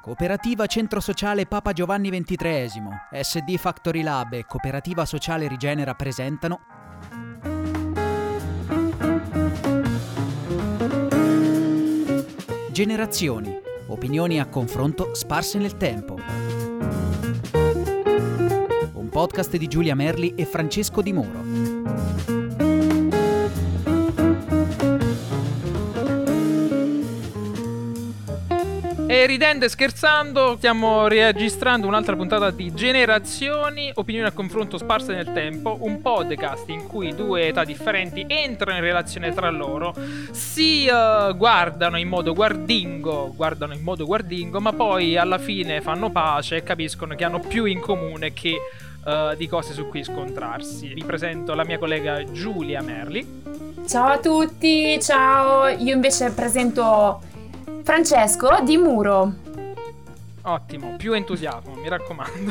Cooperativa Centro Sociale Papa Giovanni XXIII, SD Factory Lab e Cooperativa Sociale Rigenera presentano Generazioni, opinioni a confronto sparse nel tempo. Un podcast di Giulia Merli e Francesco Di Muro. E ridendo e scherzando, stiamo registrando un'altra puntata di Generazioni, opinioni a confronto sparse nel tempo, un podcast in cui due età differenti entrano in relazione tra loro, si guardano in modo guardingo, ma poi alla fine fanno pace e capiscono che hanno più in comune che di cose su cui scontrarsi. Vi presento la mia collega Giulia Merli. Ciao a tutti, ciao, io invece presento Francesco Di Muro. Ottimo, più entusiasmo, mi raccomando.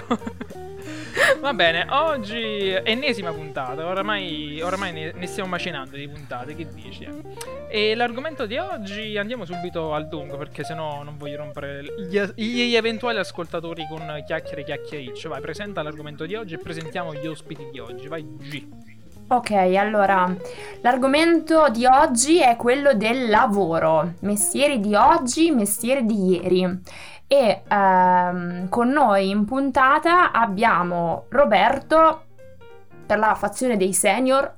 Va bene, oggi ennesima puntata, oramai ne stiamo macinando di puntate, che dici? E l'argomento di oggi, andiamo subito al dunque, perché sennò non voglio rompere gli eventuali ascoltatori con chiacchiericcio. Vai, presenta l'argomento di oggi e presentiamo gli ospiti di oggi, vai G. Ok, allora, l'argomento di oggi è quello del lavoro, mestieri di oggi, mestieri di ieri. E con noi in puntata abbiamo Roberto per la fazione dei senior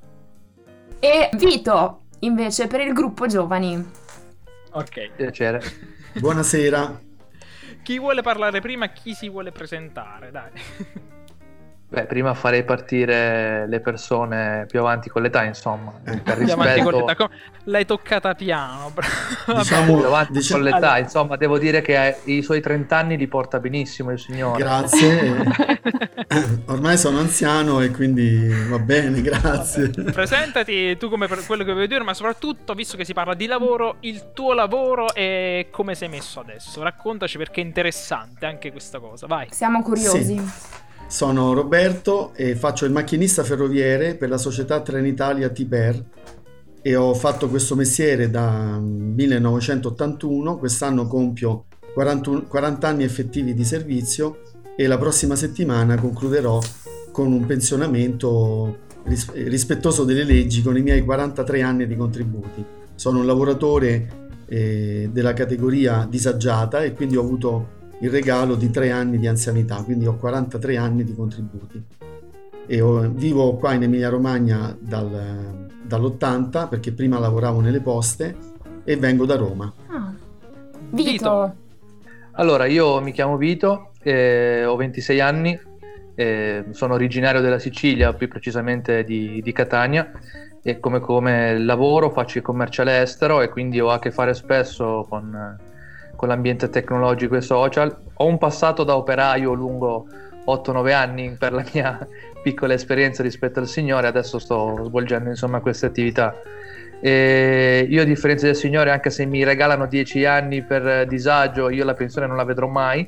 e Vito invece per il gruppo giovani. Ok, piacere. Buonasera. Chi vuole parlare prima, chi si vuole presentare, dai. Beh, prima farei partire le persone più avanti con l'età, insomma, per Più avanti con rispetto. l'età. L'hai toccata piano. Diciamo, Più avanti con l'età, allora, insomma, devo dire che i suoi 30 anni li porta benissimo il signore. grazie. Ormai sono anziano e quindi va bene, grazie. Presentati tu come per quello che vuoi dire, ma soprattutto, visto che si parla di lavoro, il tuo lavoro e come sei messo adesso. Raccontaci, perché è interessante anche questa cosa, vai. Siamo curiosi. Sì. Sono Roberto e faccio il macchinista ferroviere per la società Trenitalia Tiper e ho fatto questo mestiere da 1981, quest'anno compio 40 anni effettivi di servizio e la prossima settimana concluderò con un pensionamento rispettoso delle leggi con i miei 43 anni di contributi. Sono un lavoratore della categoria disagiata e quindi ho avuto il regalo di 3 anni di anzianità, quindi ho 43 anni di contributi e vivo qua in Emilia Romagna dall'80 perché prima lavoravo nelle poste e vengo da Roma. Vito. Allora, io mi chiamo Vito, ho 26 anni, sono originario della Sicilia, più precisamente di Catania, e come lavoro faccio il commerciale estero e quindi ho a che fare spesso con l'ambiente tecnologico e social. Ho un passato da operaio lungo 8-9 anni per la mia piccola esperienza rispetto al signore, adesso sto svolgendo insomma queste attività. E io, a differenza del signore, anche se mi regalano 10 anni per disagio, io la pensione non la vedrò mai.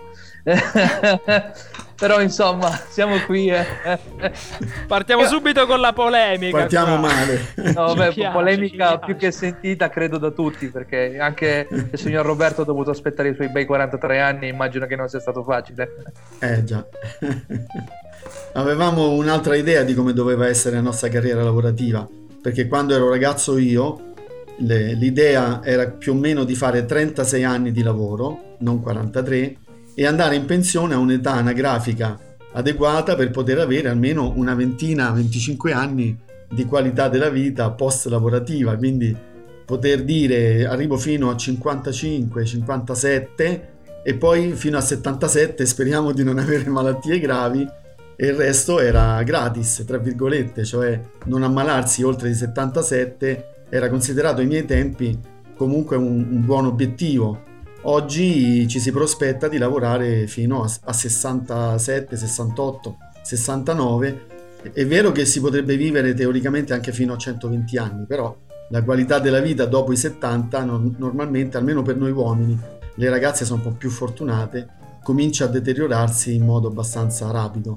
Però insomma siamo qui. Partiamo subito con la polemica. Partiamo qua. male. No, beh, Ci polemica piace. più che sentita credo da tutti, perché anche il signor Roberto ha dovuto aspettare i suoi bei 43 anni, immagino che non sia stato facile. Già. Avevamo un'altra idea di come doveva essere la nostra carriera lavorativa, perché quando ero ragazzo io l'idea era più o meno di fare 36 anni di lavoro, non 43, e andare in pensione a un'età anagrafica adeguata per poter avere almeno una 25 anni di qualità della vita post lavorativa, quindi poter dire arrivo fino a 55, 57 e poi fino a 77 speriamo di non avere malattie gravi e il resto era gratis, tra virgolette, cioè non ammalarsi oltre i 77 era considerato ai miei tempi comunque un buon obiettivo. Oggi ci si prospetta di lavorare fino a 67, 68, 69. È vero che si potrebbe vivere teoricamente anche fino a 120 anni, però la qualità della vita dopo i 70 normalmente, almeno per noi uomini, le ragazze sono un po' più fortunate, comincia a deteriorarsi in modo abbastanza rapido.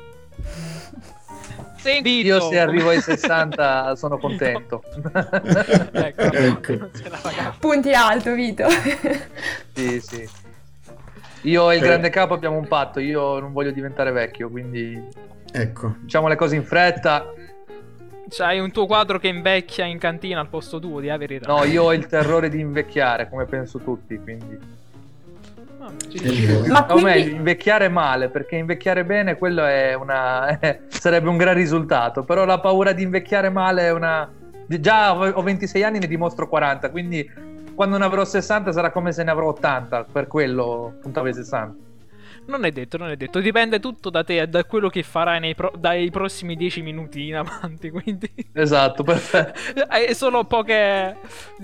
Senti, Io se arrivo ai 60 sono contento. Ecco. Non se la paga. Punti alto, Vito. Sì. Io e il grande capo abbiamo un patto, io non voglio diventare vecchio, quindi Ecco. diciamo le cose in fretta. C'hai un tuo quadro che invecchia in cantina al posto tuo, di verità. No, io ho il terrore di invecchiare, come penso tutti, quindi... Ma O meglio, quindi, invecchiare male, perché invecchiare bene, quello è sarebbe un gran risultato, però la paura di invecchiare male è una... Già ho 26 anni, ne dimostro 40, quindi quando ne avrò 60 sarà come se ne avrò 80, per quello puntavo ai 60. Non è detto, dipende tutto da te e da quello che farai dai prossimi 10 minuti in avanti, quindi... Esatto, perfetto. Hai solo poche,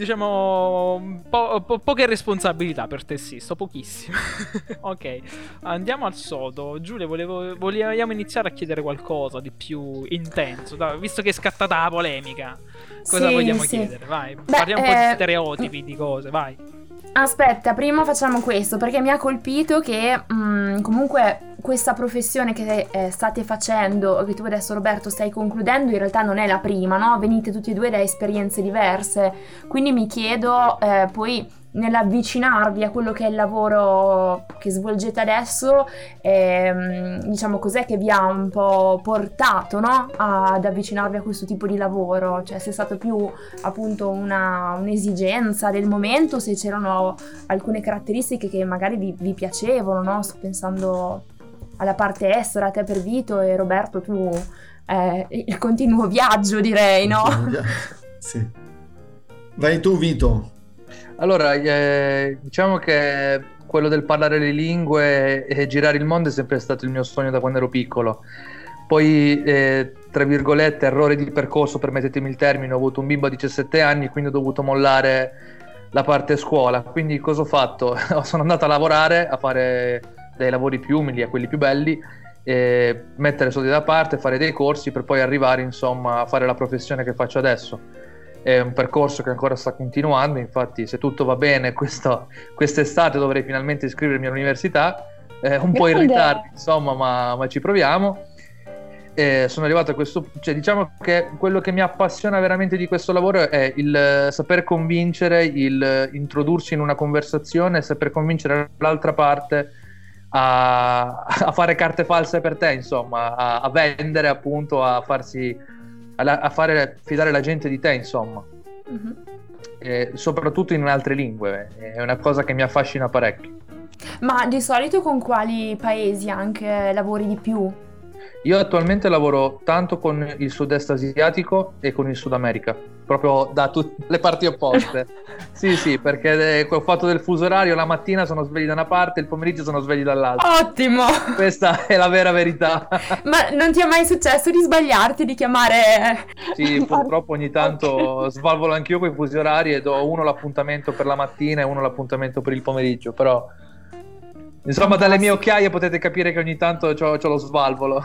diciamo, poche responsabilità per te stesso, pochissime. Ok, andiamo al sodo. Giulia, vogliamo iniziare a chiedere qualcosa di più intenso, visto che è scattata la polemica. Cosa Sì, vogliamo sì. chiedere? Vai, Beh, parliamo un po' di stereotipi, di cose, vai. aspetta, prima facciamo questo perché mi ha colpito che comunque questa professione che state facendo, che tu adesso Roberto stai concludendo, in realtà non è la prima, no? Venite tutti e due da esperienze diverse, quindi mi chiedo poi nell'avvicinarvi a quello che è il lavoro che svolgete adesso, diciamo cos'è che vi ha un po' portato, no? Ad avvicinarvi a questo tipo di lavoro, cioè se è stato più appunto un'esigenza del momento, se c'erano alcune caratteristiche che magari vi piacevano, no? Sto pensando alla parte estera, a te per Vito e Roberto tu il continuo viaggio, direi, no? Sì. Vai tu, Vito. Allora, diciamo che quello del parlare le lingue e girare il mondo è sempre stato il mio sogno da quando ero piccolo. Poi, tra virgolette, errore di percorso, permettetemi il termine, ho avuto un bimbo a 17 anni, quindi ho dovuto mollare la parte scuola. Quindi cosa ho fatto? Sono andato a lavorare, a fare dei lavori più umili a quelli più belli, mettere soldi da parte, fare dei corsi per poi arrivare, insomma, a fare la professione che faccio adesso. È un percorso che ancora sta continuando, infatti se tutto va bene quest'estate dovrei finalmente iscrivermi all'università, un po' in Grande. ritardo insomma, ma ci proviamo. Sono arrivato a questo, cioè diciamo che quello che mi appassiona veramente di questo lavoro è il saper convincere, il introdursi in una conversazione, saper convincere l'altra parte a fare carte false per te, insomma, a vendere, appunto, a fare fidare la gente di te, insomma. Soprattutto in altre lingue, è una cosa che mi affascina parecchio. Ma di solito con quali paesi anche lavori di più? Io attualmente lavoro tanto con il sud-est asiatico e con il Sud America, proprio da tutte le parti opposte. Sì, perché ho fatto del fuso orario, la mattina sono svegli da una parte, il pomeriggio sono svegli dall'altra. Ottimo! Questa è la vera verità. Ma non ti è mai successo di sbagliarti, di chiamare... Sì, purtroppo ogni tanto svalvolo anch'io con i fusi orari e do uno l'appuntamento per la mattina e uno l'appuntamento per il pomeriggio, però... Insomma, dalle mie occhiaie potete capire che ogni tanto c'ho lo svalvolo.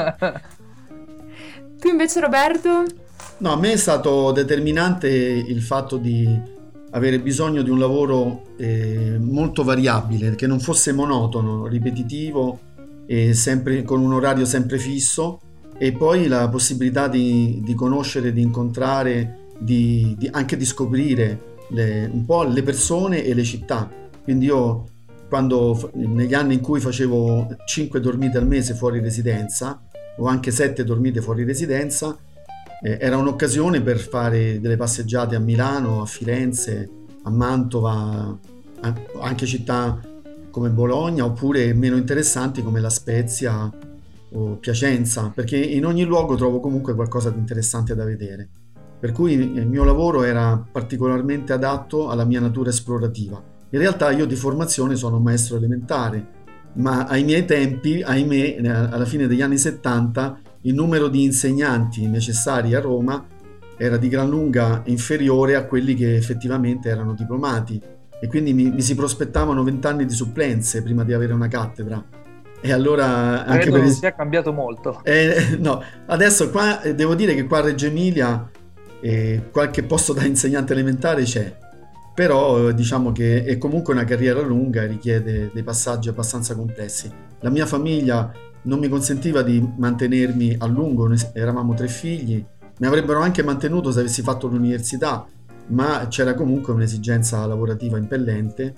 Tu invece, Roberto? No, a me è stato determinante il fatto di avere bisogno di un lavoro molto variabile, che non fosse monotono, ripetitivo e sempre con un orario sempre fisso, e poi la possibilità di conoscere, di incontrare, anche di scoprire un po' le persone e le città. Quindi io, negli anni in cui facevo 5 dormite al mese fuori residenza, o anche 7 dormite fuori residenza, era un'occasione per fare delle passeggiate a Milano, a Firenze, a Mantova, anche città come Bologna, oppure meno interessanti come La Spezia o Piacenza, perché in ogni luogo trovo comunque qualcosa di interessante da vedere. Per cui il mio lavoro era particolarmente adatto alla mia natura esplorativa. In realtà io di formazione sono un maestro elementare, ma ai miei tempi, ahimè, alla fine degli anni 70, il numero di insegnanti necessari a Roma era di gran lunga inferiore a quelli che effettivamente erano diplomati, e quindi mi si prospettavano 20 anni di supplenze prima di avere una cattedra. E allora anche Credo non sia cambiato molto. No, adesso qua devo dire che qua a Reggio Emilia qualche posto da insegnante elementare c'è, però diciamo che è comunque una carriera lunga e richiede dei passaggi abbastanza complessi. La mia famiglia non mi consentiva di mantenermi a lungo, noi eravamo 3 figli, mi avrebbero anche mantenuto se avessi fatto l'università, ma c'era comunque un'esigenza lavorativa impellente,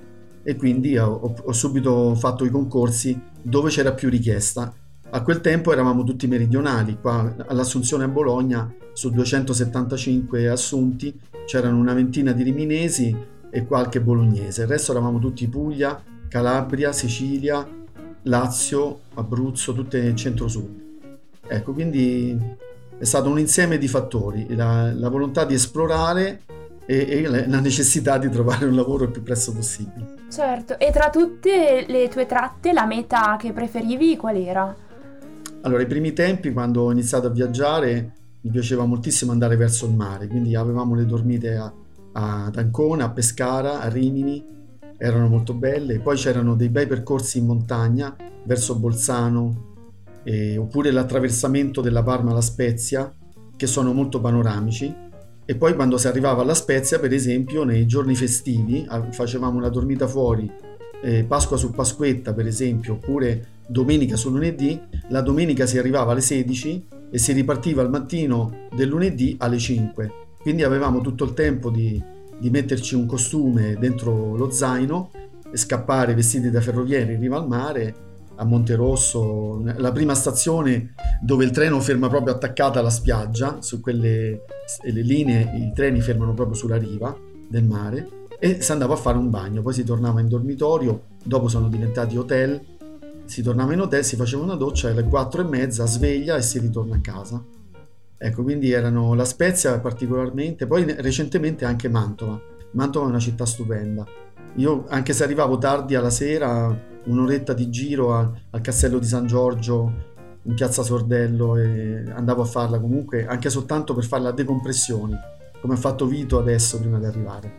e quindi ho subito fatto i concorsi dove c'era più richiesta. A quel tempo eravamo tutti meridionali, qua all'Assunzione a Bologna su 275 assunti c'erano una ventina di riminesi e qualche bolognese, il resto eravamo tutti Puglia, Calabria, Sicilia, Lazio, Abruzzo, tutte centro-sud. Ecco, quindi è stato un insieme di fattori, la volontà di esplorare e la necessità di trovare un lavoro il più presto possibile. Certo, e tra tutte le tue tratte la meta che preferivi qual era? Allora, i primi tempi, quando ho iniziato a viaggiare, mi piaceva moltissimo andare verso il mare, quindi avevamo le dormite ad Ancona, a Pescara, a Rimini, erano molto belle. Poi c'erano dei bei percorsi in montagna verso Bolzano, oppure l'attraversamento della Parma alla Spezia, che sono molto panoramici. E poi quando si arrivava alla Spezia, per esempio, nei giorni festivi facevamo una dormita fuori, Pasqua su Pasquetta per esempio, oppure domenica su lunedì. La domenica si arrivava alle 16 e si ripartiva al mattino del lunedì alle 5, quindi avevamo tutto il tempo di metterci un costume dentro lo zaino e scappare vestiti da ferrovieri in riva al mare, a Monterosso, la prima stazione dove il treno ferma proprio attaccata alla spiaggia. Su quelle le linee i treni fermano proprio sulla riva del mare, e si andava a fare un bagno, poi si tornava in dormitorio, dopo sono diventati hotel, si tornava in hotel, si faceva una doccia alle 4:30, sveglia e si ritorna a casa. Ecco, quindi erano la Spezia particolarmente, poi recentemente anche Mantova. Mantova è una città stupenda. Io, anche se arrivavo tardi alla sera, un'oretta di giro al Castello di San Giorgio in piazza Sordello, e andavo a farla comunque anche soltanto per fare la decompressione, come ha fatto Vito adesso prima di arrivare.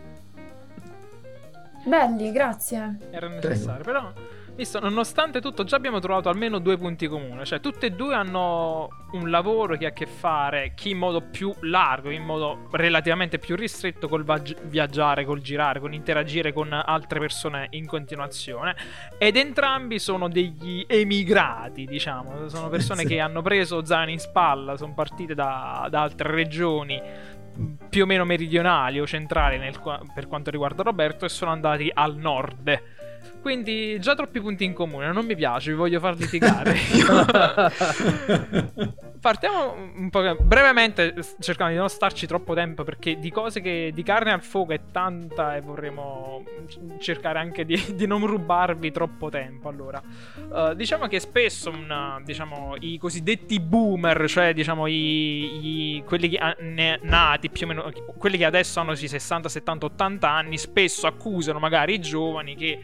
Belli, grazie. Era necessario. Però, visto, nonostante tutto, già abbiamo trovato almeno 2 punti comuni. Cioè, tutte e due hanno un lavoro che ha a che fare, chi in modo più largo, in modo relativamente più ristretto, col viaggiare, col girare, con interagire con altre persone in continuazione. Ed entrambi sono degli emigrati, diciamo. Sono persone Sì. che hanno preso zaino in spalla, sono partite da altre regioni più o meno meridionali o centrali per quanto riguarda Roberto, e sono andati al nord. Quindi già troppi punti in comune, non mi piace, vi voglio far litigare. Partiamo un po' brevemente, cercando di non starci troppo tempo, perché di cose di carne al fuoco è tanta e vorremmo cercare anche di non rubarvi troppo tempo. Allora, diciamo che spesso diciamo, i cosiddetti boomer, cioè diciamo quelli che nati più o meno, quelli che adesso hanno sui 60, 70, 80 anni, spesso accusano magari i giovani che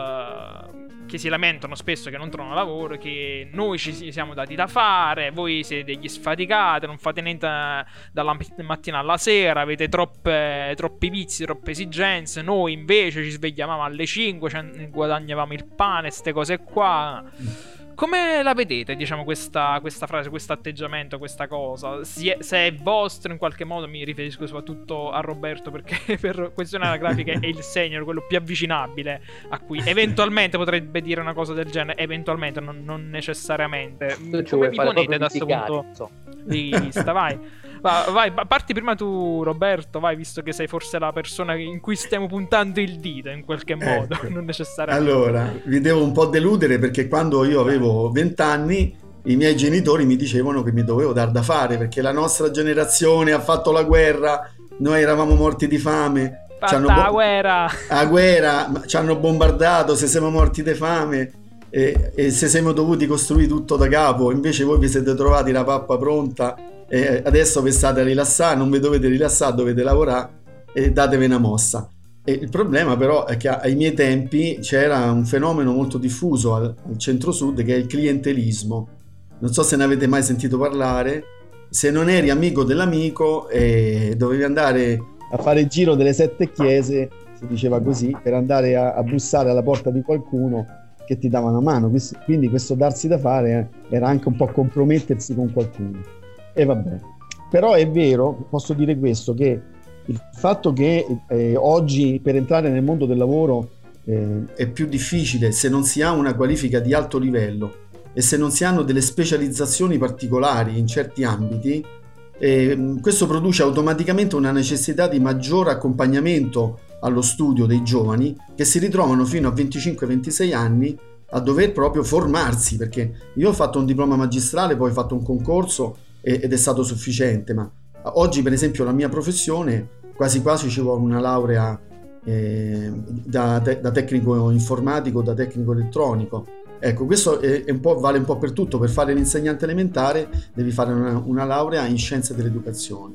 si lamentano spesso che non trovano lavoro, che noi ci siamo dati da fare, voi siete degli sfaticati, non fate niente dalla mattina alla sera, avete troppi vizi, troppe esigenze, noi invece ci svegliavamo alle 5, guadagnavamo il pane, ste cose qua. Come la vedete, diciamo, questa frase, questo atteggiamento, questa cosa? Se è vostro in qualche modo, mi riferisco soprattutto a Roberto, perché per questione anagrafica è il senior, quello più avvicinabile a cui eventualmente potrebbe dire una cosa del genere, eventualmente, non necessariamente. Come vi ponete da questo punto di vista? Vai, parti prima tu, Roberto, vai, visto che sei forse la persona in cui stiamo puntando il dito in qualche modo, Ecco. non necessariamente. Allora, vi devo un po' deludere, perché quando io avevo 20 anni i miei genitori mi dicevano che mi dovevo dar da fare, perché la nostra generazione ha fatto la guerra, noi eravamo morti di fame, Fatta la guerra, ci hanno bombardato, se siamo morti di fame e se siamo dovuti costruire tutto da capo, invece voi vi siete trovati la pappa pronta e adesso vi state a rilassare, non vi dovete rilassare, dovete lavorare e datevi una mossa. E il problema però è che ai miei tempi c'era un fenomeno molto diffuso al centro-sud, che è il clientelismo. Non so se ne avete mai sentito parlare. Se non eri amico dell'amico dovevi andare a fare il giro delle 7 chiese, si diceva così, per andare a bussare alla porta di qualcuno che ti dava una mano. Quindi questo darsi da fare era anche un po' compromettersi con qualcuno. E vabbè, però è vero, posso dire questo, che il fatto che oggi per entrare nel mondo del lavoro è più difficile se non si ha una qualifica di alto livello e se non si hanno delle specializzazioni particolari in certi ambiti, questo produce automaticamente una necessità di maggior accompagnamento allo studio dei giovani che si ritrovano fino a 25-26 anni a dover proprio formarsi, perché io ho fatto un diploma magistrale, poi ho fatto un concorso ed è stato sufficiente, ma oggi per esempio la mia professione quasi quasi ci vuole una laurea da tecnico informatico, da tecnico elettronico. Ecco, questo vale un po' per tutto. Per fare l'insegnante elementare devi fare una laurea in scienze dell'educazione.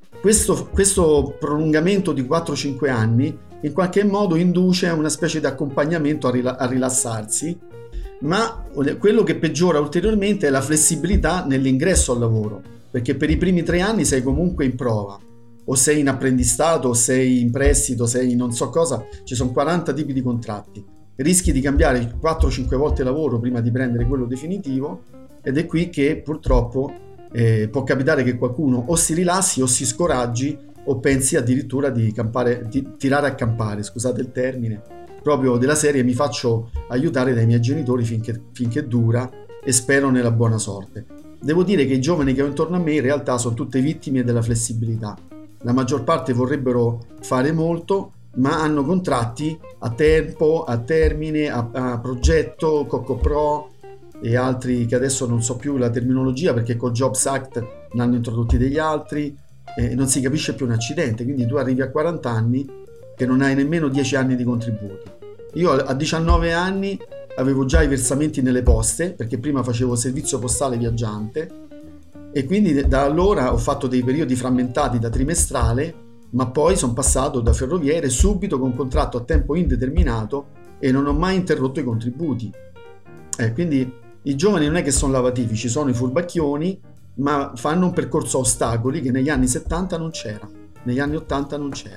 Questo prolungamento di 4-5 anni in qualche modo induce a una specie di accompagnamento a rilassarsi, ma quello che peggiora ulteriormente è la flessibilità nell'ingresso al lavoro, perché per i primi 3 anni sei comunque in prova, o sei in apprendistato, o sei in prestito, sei in non so cosa, ci sono 40 tipi di contratti, rischi di cambiare 4-5 volte lavoro prima di prendere quello definitivo, ed è qui che purtroppo può capitare che qualcuno o si rilassi o si scoraggi o pensi addirittura di tirare a campare, scusate il termine, proprio della serie mi faccio aiutare dai miei genitori finché dura e spero nella buona sorte. Devo dire che i giovani che ho intorno a me in realtà sono tutte vittime della flessibilità. La maggior parte vorrebbero fare molto, ma hanno contratti a tempo, a termine, a progetto, Cocopro e altri che adesso non so più la terminologia, perché col Jobs Act ne hanno introdotti degli altri e non si capisce più un accidente. Quindi tu arrivi a 40 anni che non hai nemmeno 10 anni di contributi. Io a 19 anni avevo già i versamenti nelle poste, perché prima facevo servizio postale viaggiante, e quindi da allora ho fatto dei periodi frammentati da trimestrale, ma poi sono passato da ferroviere subito con contratto a tempo indeterminato e non ho mai interrotto i contributi. Quindi i giovani non è che sono lavativi, ci sono i furbacchioni, ma fanno un percorso a ostacoli che negli anni 70 non c'era, negli anni 80 non c'era.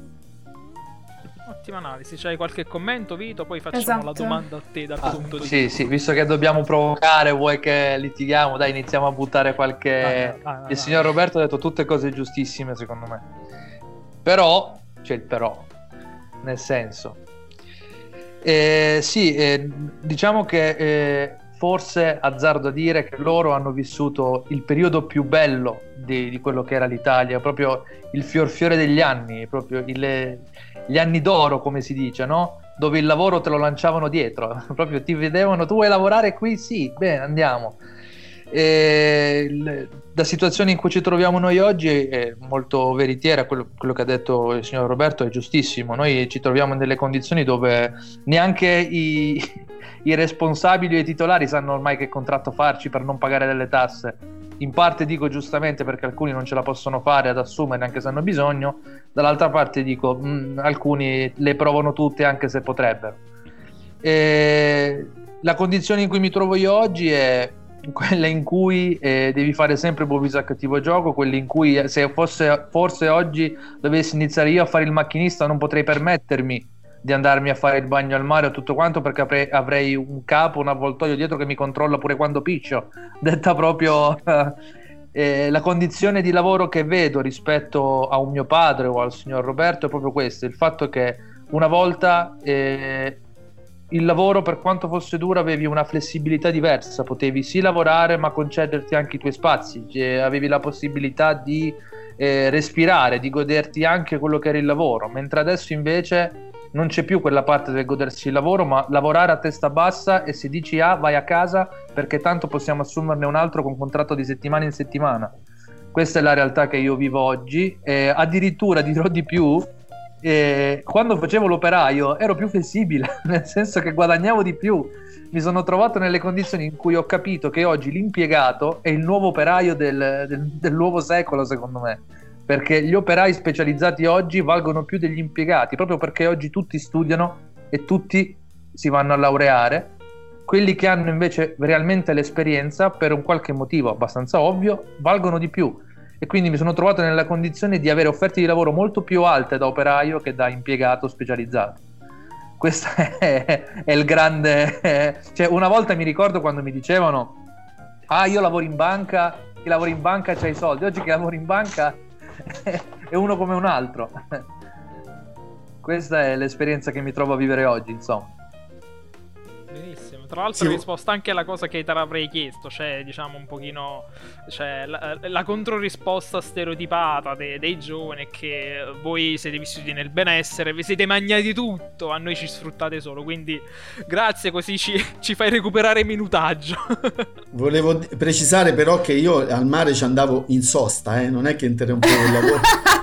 Ottima analisi. C'hai qualche commento, Vito? Poi facciamo la domanda a te dal punto di vista. Sì, visto che dobbiamo provocare, vuoi che litighiamo? Dai, iniziamo a buttare qualche... Il signor Roberto ha detto tutte cose giustissime, secondo me. Però, c'è il però, nel senso... diciamo che forse azzardo a dire che loro hanno vissuto il periodo più bello di quello che era l'Italia, proprio il fiore degli anni, proprio gli anni d'oro, come si dice, no? Dove il lavoro te lo lanciavano dietro, proprio ti vedevano, tu vuoi lavorare qui? Sì, bene, andiamo. La situazione in cui ci troviamo noi oggi è molto veritiera, quello che ha detto il signor Roberto è giustissimo. Noi ci troviamo in delle condizioni dove neanche i responsabili e i titolari sanno ormai che contratto farci per non pagare delle tasse. In parte dico giustamente perché alcuni non ce la possono fare ad assumere anche se hanno bisogno, dall'altra parte dico alcuni le provano tutte anche se potrebbero. La condizione in cui mi trovo io oggi è quella in cui devi fare sempre buon viso al cattivo gioco, quella in cui se forse oggi dovessi iniziare io a fare il macchinista non potrei permettermi di andarmi a fare il bagno al mare o tutto quanto, perché avrei un capo, un avvoltoio dietro che mi controlla pure quando piccio, detta proprio la condizione di lavoro che vedo rispetto a un mio padre o al signor Roberto è proprio questo, il fatto che una volta il lavoro, per quanto fosse duro, avevi una flessibilità diversa, potevi sì lavorare ma concederti anche i tuoi spazi, avevi la possibilità di respirare, di goderti anche quello che era il lavoro, mentre adesso invece non c'è più quella parte del godersi il lavoro, ma lavorare a testa bassa, e se dici A vai a casa perché tanto possiamo assumerne un altro con contratto di settimana in settimana. Questa è la realtà che io vivo oggi, addirittura dirò di più. Quando facevo l'operaio ero più flessibile, nel senso che guadagnavo di più. Mi sono trovato nelle condizioni in cui ho capito che oggi l'impiegato è il nuovo operaio del nuovo secolo, secondo me, perché gli operai specializzati oggi valgono più degli impiegati, proprio perché oggi tutti studiano e tutti si vanno a laureare. Quelli che hanno invece realmente l'esperienza, per un qualche motivo abbastanza ovvio, valgono di più. E quindi mi sono trovato nella condizione di avere offerte di lavoro molto più alte da operaio che da impiegato specializzato. Questo è il grande... Cioè, una volta mi ricordo quando mi dicevano io lavoro in banca, chi lavora in banca c'ha i soldi. Oggi chi lavora in banca è uno come un altro. Questa è l'esperienza che mi trovo a vivere oggi, insomma. Benissimo. Tra l'altro hai risposto anche alla cosa che te l'avrei chiesto, cioè diciamo un pochino, cioè la controrisposta stereotipata dei giovani è che voi siete vissuti nel benessere, vi siete mangiati tutto, a noi ci sfruttate solo, quindi grazie, così ci fai recuperare minutaggio. Volevo precisare però che io al mare ci andavo in sosta, non è che interrompevo il lavoro.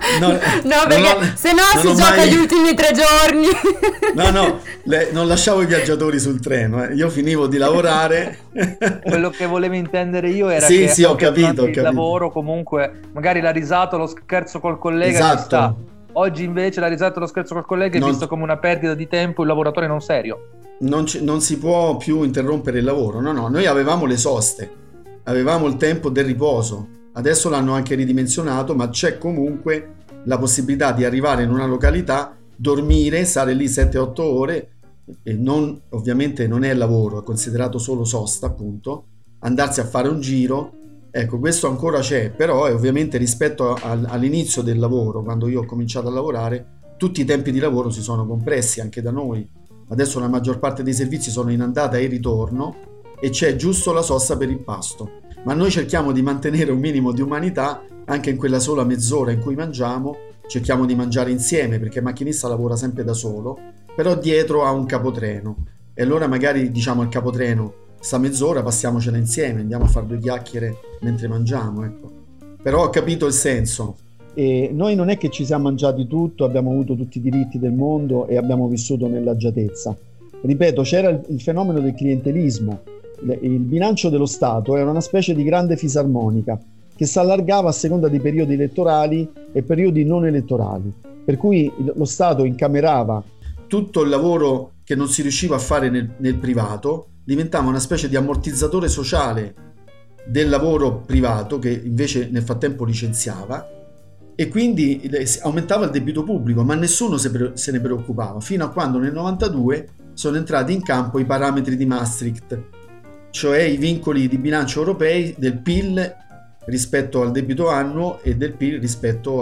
No, perché se no si gioca gli ultimi 3 giorni. No, non lasciavo i viaggiatori sul treno, Io finivo di lavorare. Quello che volevo intendere io era sì, ho capito. Il lavoro comunque, magari la risata o lo scherzo col collega, esatto. Oggi invece la risata o lo scherzo col collega è visto come una perdita di tempo, il lavoratore non serio. Non si può più interrompere il lavoro, no, noi avevamo le soste, avevamo il tempo del riposo, adesso l'hanno anche ridimensionato, ma c'è comunque la possibilità di arrivare in una località, dormire, stare lì 7-8 ore, e ovviamente non è lavoro, è considerato solo sosta, appunto, andarsi a fare un giro. Ecco, questo ancora c'è, però ovviamente rispetto all'inizio del lavoro, quando io ho cominciato a lavorare, tutti i tempi di lavoro si sono compressi anche da noi. Adesso la maggior parte dei servizi sono in andata e ritorno e c'è giusto la sosta per il pasto. Ma noi cerchiamo di mantenere un minimo di umanità anche in quella sola mezz'ora in cui mangiamo. Cerchiamo di mangiare insieme, perché il macchinista lavora sempre da solo, però dietro ha un capotreno. E allora magari diciamo al capotreno: sta mezz'ora passiamocela insieme, andiamo a fare 2 chiacchiere mentre mangiamo, ecco. Però ho capito il senso. E noi non è che ci siamo mangiati tutto, abbiamo avuto tutti i diritti del mondo e abbiamo vissuto nell'agiatezza. Ripeto, c'era il fenomeno del clientelismo. Il bilancio dello Stato era una specie di grande fisarmonica che si allargava a seconda di periodi elettorali e periodi non elettorali, per cui lo Stato incamerava tutto il lavoro che non si riusciva a fare nel privato, diventava una specie di ammortizzatore sociale del lavoro privato, che invece nel frattempo licenziava, e quindi aumentava il debito pubblico, ma nessuno se ne preoccupava, fino a quando nel 92 sono entrati in campo i parametri di Maastricht, cioè i vincoli di bilancio europei del PIL rispetto al debito annuo e del PIL rispetto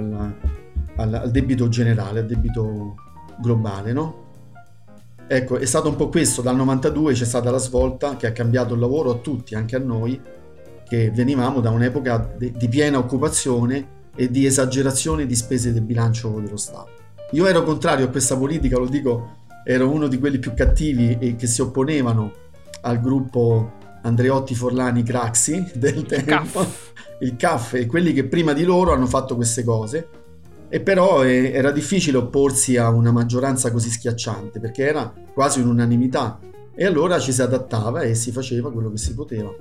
al debito generale, al debito globale, no? Ecco, è stato un po' questo, dal 92 c'è stata la svolta che ha cambiato il lavoro a tutti, anche a noi, che venivamo da un'epoca di piena occupazione e di esagerazione di spese del bilancio dello Stato. Io ero contrario a questa politica, lo dico, ero uno di quelli più cattivi e che si opponevano al gruppo Andreotti, Forlani, Craxi del tempo, il CAF, e quelli che prima di loro hanno fatto queste cose, e però era difficile opporsi a una maggioranza così schiacciante, perché era quasi un'unanimità, e allora ci si adattava e si faceva quello che si poteva.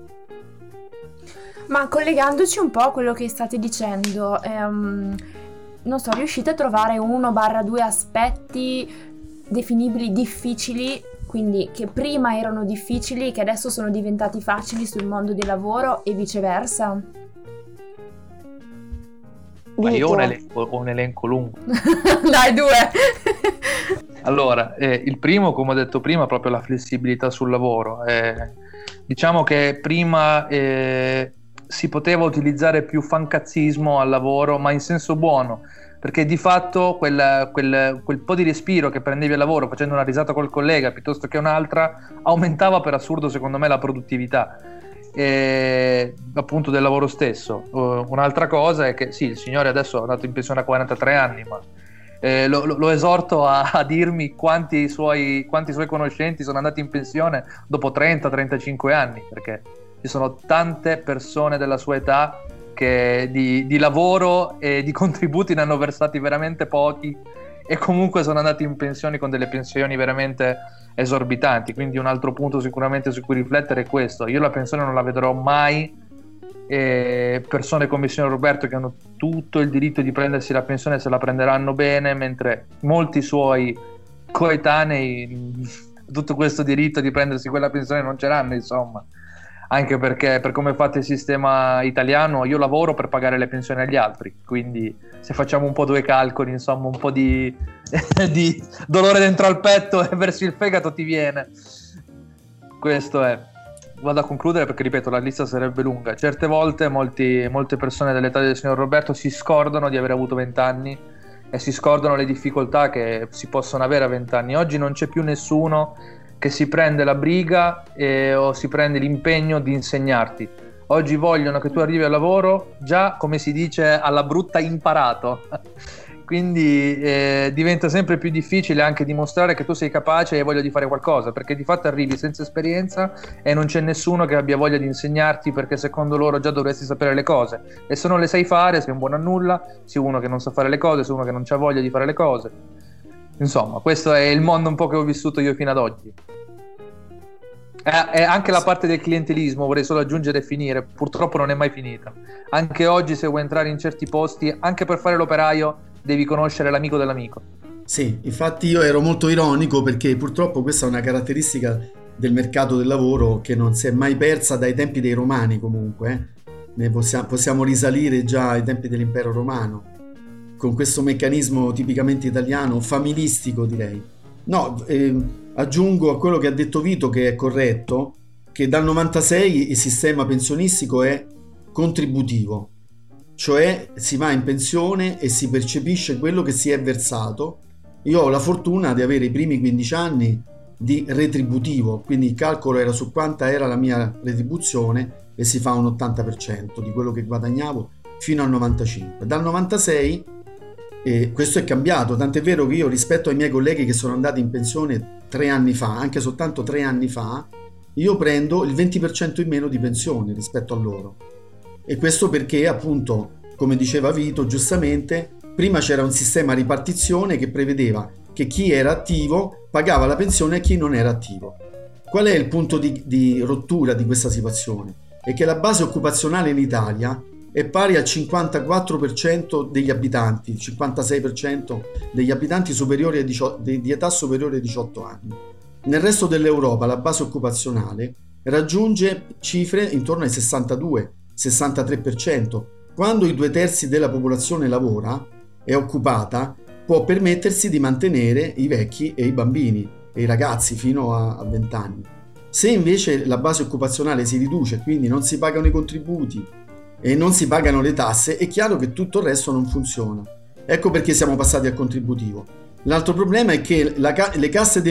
Ma collegandoci un po' a quello che state dicendo, non so, riuscite a trovare 1-2 aspetti definibili difficili, quindi che prima erano difficili e che adesso sono diventati facili sul mondo del lavoro e viceversa? Ma io ho un elenco lungo. Dai, 2. Allora, il primo, come ho detto prima, è proprio la flessibilità sul lavoro. Diciamo che prima si poteva utilizzare più fancazzismo al lavoro, ma in senso buono, perché di fatto quel po' di respiro che prendevi al lavoro facendo una risata col collega piuttosto che un'altra aumentava per assurdo, secondo me, la produttività appunto del lavoro stesso. Un'altra cosa è che sì, il signore adesso è andato in pensione a 43 anni, ma lo esorto a dirmi quanti suoi conoscenti sono andati in pensione dopo 30-35 anni, perché ci sono tante persone della sua età che di lavoro e di contributi ne hanno versati veramente pochi e comunque sono andati in pensione con delle pensioni veramente esorbitanti. Quindi un altro punto sicuramente su cui riflettere è questo. Io la pensione non la vedrò mai, persone come il signor Roberto che hanno tutto il diritto di prendersi la pensione se la prenderanno bene, mentre molti suoi coetanei tutto questo diritto di prendersi quella pensione non ce l'hanno, insomma. Anche perché per come è fatto il sistema italiano io lavoro per pagare le pensioni agli altri, quindi se facciamo un po' 2 calcoli, insomma, un po' di dolore dentro al petto e verso il fegato ti viene. Questo è. Vado a concludere perché, ripeto, la lista sarebbe lunga. Certe volte molte persone dell'età del signor Roberto si scordano di aver avuto 20 anni e si scordano le difficoltà che si possono avere a 20 anni. Oggi non c'è più nessuno che si prende la briga o si prende l'impegno di insegnarti. Oggi vogliono che tu arrivi al lavoro già, come si dice, alla brutta imparato. Quindi diventa sempre più difficile anche dimostrare che tu sei capace e hai voglia di fare qualcosa, perché di fatto arrivi senza esperienza e non c'è nessuno che abbia voglia di insegnarti, perché secondo loro già dovresti sapere le cose, e se non le sai fare sei un buono a nulla, sei uno che non sa fare le cose, sei uno che non ha voglia di fare le cose. Insomma, questo è il mondo un po' che ho vissuto io fino ad oggi. E anche la parte del clientelismo, vorrei solo aggiungere e finire, purtroppo non è mai finita. Anche oggi, se vuoi entrare in certi posti, anche per fare l'operaio devi conoscere l'amico dell'amico. Sì, infatti io ero molto ironico, perché purtroppo questa è una caratteristica del mercato del lavoro che non si è mai persa dai tempi dei Romani comunque. Ne possiamo risalire già ai tempi dell'Impero Romano, con questo meccanismo tipicamente italiano, familistico direi. No, aggiungo a quello che ha detto Vito, che è corretto, che dal 96 il sistema pensionistico è contributivo, cioè si va in pensione e si percepisce quello che si è versato. Io ho la fortuna di avere i primi 15 anni di retributivo, quindi il calcolo era su quanta era la mia retribuzione e si fa un 80% di quello che guadagnavo fino al 95. Dal 96 questo è cambiato, tant'è vero che io, rispetto ai miei colleghi che sono andati in pensione 3 anni fa, anche soltanto 3 anni fa, io prendo il 20% in meno di pensione rispetto a loro. E questo perché, appunto, come diceva Vito giustamente, prima c'era un sistema a ripartizione che prevedeva che chi era attivo pagava la pensione a chi non era attivo. Qual è il punto di rottura di questa situazione? È che la base occupazionale in Italia è pari al 54% degli abitanti, il 56% degli abitanti superiori di età superiore ai 18 anni. Nel resto dell'Europa la base occupazionale raggiunge cifre intorno ai 62-63%. Quando i 2/3 della popolazione lavora, è occupata, può permettersi di mantenere i vecchi e i bambini e i ragazzi fino a 20 anni. Se invece la base occupazionale si riduce, quindi non si pagano i contributi e non si pagano le tasse, è chiaro che tutto il resto non funziona. Ecco perché siamo passati al contributivo. L'altro problema è che le casse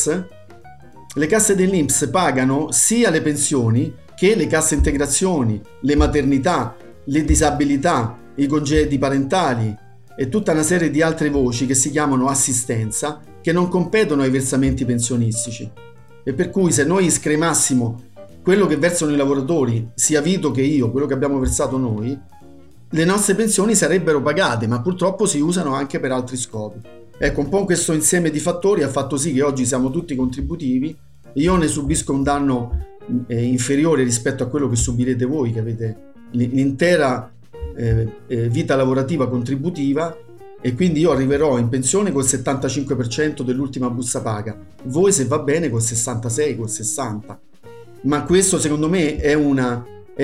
dell'INPS pagano sia le pensioni che le casse integrazioni, le maternità, le disabilità, i congedi parentali e tutta una serie di altre voci che si chiamano assistenza, che non competono ai versamenti pensionistici. E per cui se noi scremassimo quello che versano i lavoratori, sia Vito che io, quello che abbiamo versato noi, le nostre pensioni sarebbero pagate, ma purtroppo si usano anche per altri scopi. Ecco, un po' questo insieme di fattori ha fatto sì che oggi siamo tutti contributivi. Io ne subisco un danno inferiore rispetto a quello che subirete voi, che avete l'intera vita lavorativa contributiva, e quindi io arriverò in pensione col 75% dell'ultima busta paga, voi se va bene col 66, col 60. Ma questo secondo me è una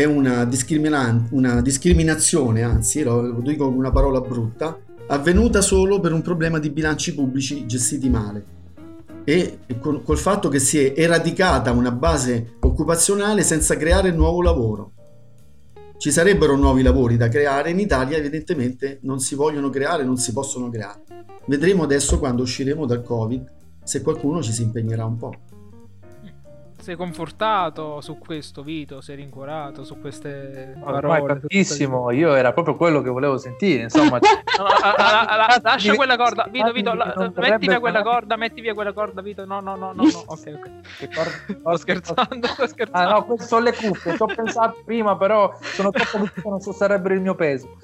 discriminazione, anzi lo dico con una parola brutta, avvenuta solo per un problema di bilanci pubblici gestiti male e col fatto che si è eradicata una base occupazionale senza creare nuovo lavoro. Ci sarebbero nuovi lavori da creare, in Italia evidentemente non si vogliono creare, non si possono creare. Vedremo adesso, quando usciremo dal Covid, se qualcuno ci si impegnerà un po'. Sei confortato su questo, Vito? Sei rincuorato su queste parole? Ormai tantissimo, io era proprio quello che volevo sentire, insomma. Lascia quella corda, Vito, metti via quella corda, Vito, no, ok. Sto scherzando. Ah no, queste sono le cuffie, ci ho pensato prima, però sono troppo vicino, non sosterrebbero il mio peso.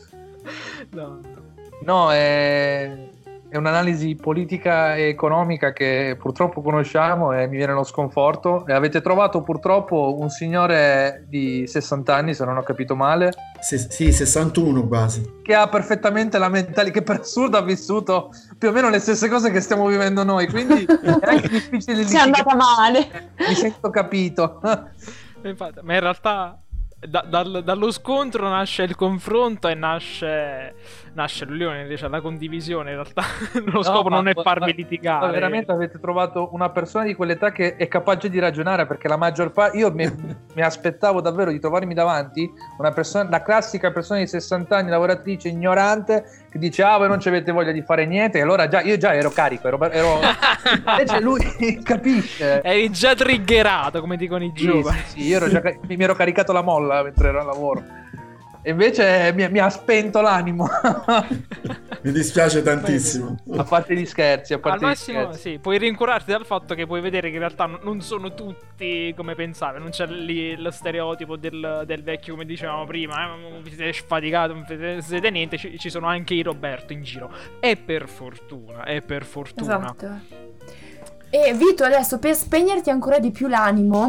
No, è un'analisi politica e economica che purtroppo conosciamo e mi viene lo sconforto. E avete trovato purtroppo un signore di 60 anni, se non ho capito male. Sì, 61 quasi. Che ha perfettamente la mentalità, che per assurdo ha vissuto più o meno le stesse cose che stiamo vivendo noi, quindi è anche difficile. Ci è andata male. Mi sento capito. Infatti, ma in realtà dallo scontro nasce il confronto e nasce nasce l'unione, invece la condivisione in realtà lo scopo non è farvi litigare. Ma veramente avete trovato una persona di quell'età che è capace di ragionare, perché la maggior parte, io mi aspettavo davvero di trovarmi davanti una persona, la classica persona di 60 anni, lavoratrice, ignorante, che dice voi non ci avete voglia di fare niente, e allora io già ero carico, ero invece lui capisce, eri già triggerato, come dicono i giovani. Sì, io mi ero caricato la molla mentre ero al lavoro, e invece mi ha spento l'animo. Mi dispiace tantissimo. A parte gli scherzi, al massimo sì, puoi rincuorarti dal fatto che puoi vedere che in realtà non sono tutti come pensavi, non c'è lì lo stereotipo del vecchio, come dicevamo prima, vi siete sfaticati, non siete niente, ci sono anche i Roberto in giro, e per fortuna. Esatto. E Vito, adesso per spegnerti ancora di più l'animo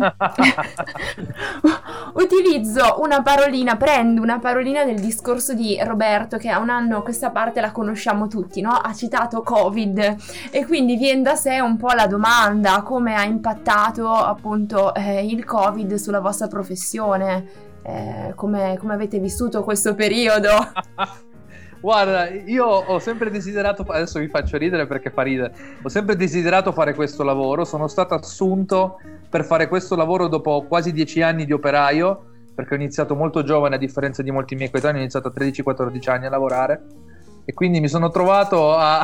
prendo una parolina del discorso di Roberto, che a un anno questa parte la conosciamo tutti, no? Ha citato Covid, e quindi viene da sé un po' la domanda: come ha impattato appunto il Covid sulla vostra professione? Come avete vissuto questo periodo? Guarda, io ho sempre desiderato, adesso vi faccio ridere perché fa ridere, ho sempre desiderato fare questo lavoro, sono stato assunto per fare questo lavoro dopo quasi 10 anni di operaio, perché ho iniziato molto giovane, a differenza di molti miei coetanei, ho iniziato a 13-14 anni a lavorare, e quindi mi sono trovato a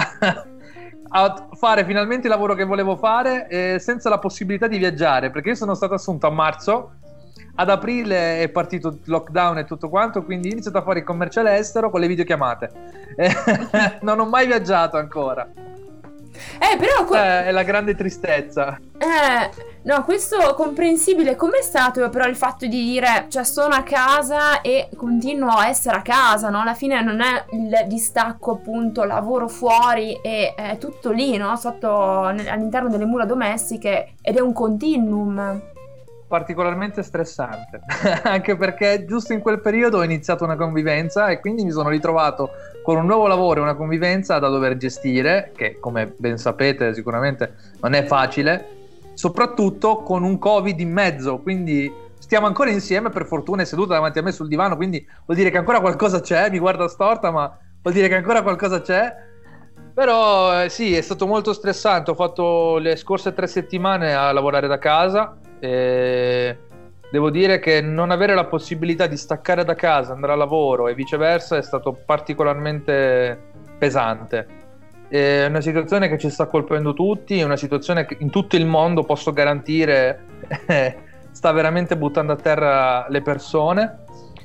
fare finalmente il lavoro che volevo fare, senza la possibilità di viaggiare, perché io sono stato assunto a marzo. Ad aprile è partito il lockdown e tutto quanto, quindi ho iniziato a fare il commerciale estero con le videochiamate. Non ho mai viaggiato ancora. Però è la grande tristezza. No, questo è comprensibile. Com'è stato però il fatto di dire, cioè, sono a casa e continuo a essere a casa, no? Alla fine non è il distacco, appunto, lavoro fuori e è tutto lì, no? All'interno delle mura domestiche, ed è un continuum. Particolarmente stressante, anche perché giusto in quel periodo ho iniziato una convivenza, e quindi mi sono ritrovato con un nuovo lavoro e una convivenza da dover gestire, che come ben sapete sicuramente non è facile, soprattutto con un Covid in mezzo, quindi stiamo ancora insieme, per fortuna è seduta davanti a me sul divano, quindi vuol dire che ancora qualcosa c'è, mi guarda storta, ma vuol dire che ancora qualcosa c'è. Però sì, è stato molto stressante, ho fatto le scorse 3 settimane a lavorare da casa, e devo dire che non avere la possibilità di staccare da casa, andare a lavoro e viceversa è stato particolarmente pesante. È una situazione che ci sta colpendo tutti, è una situazione che in tutto il mondo, posso garantire, sta veramente buttando a terra le persone,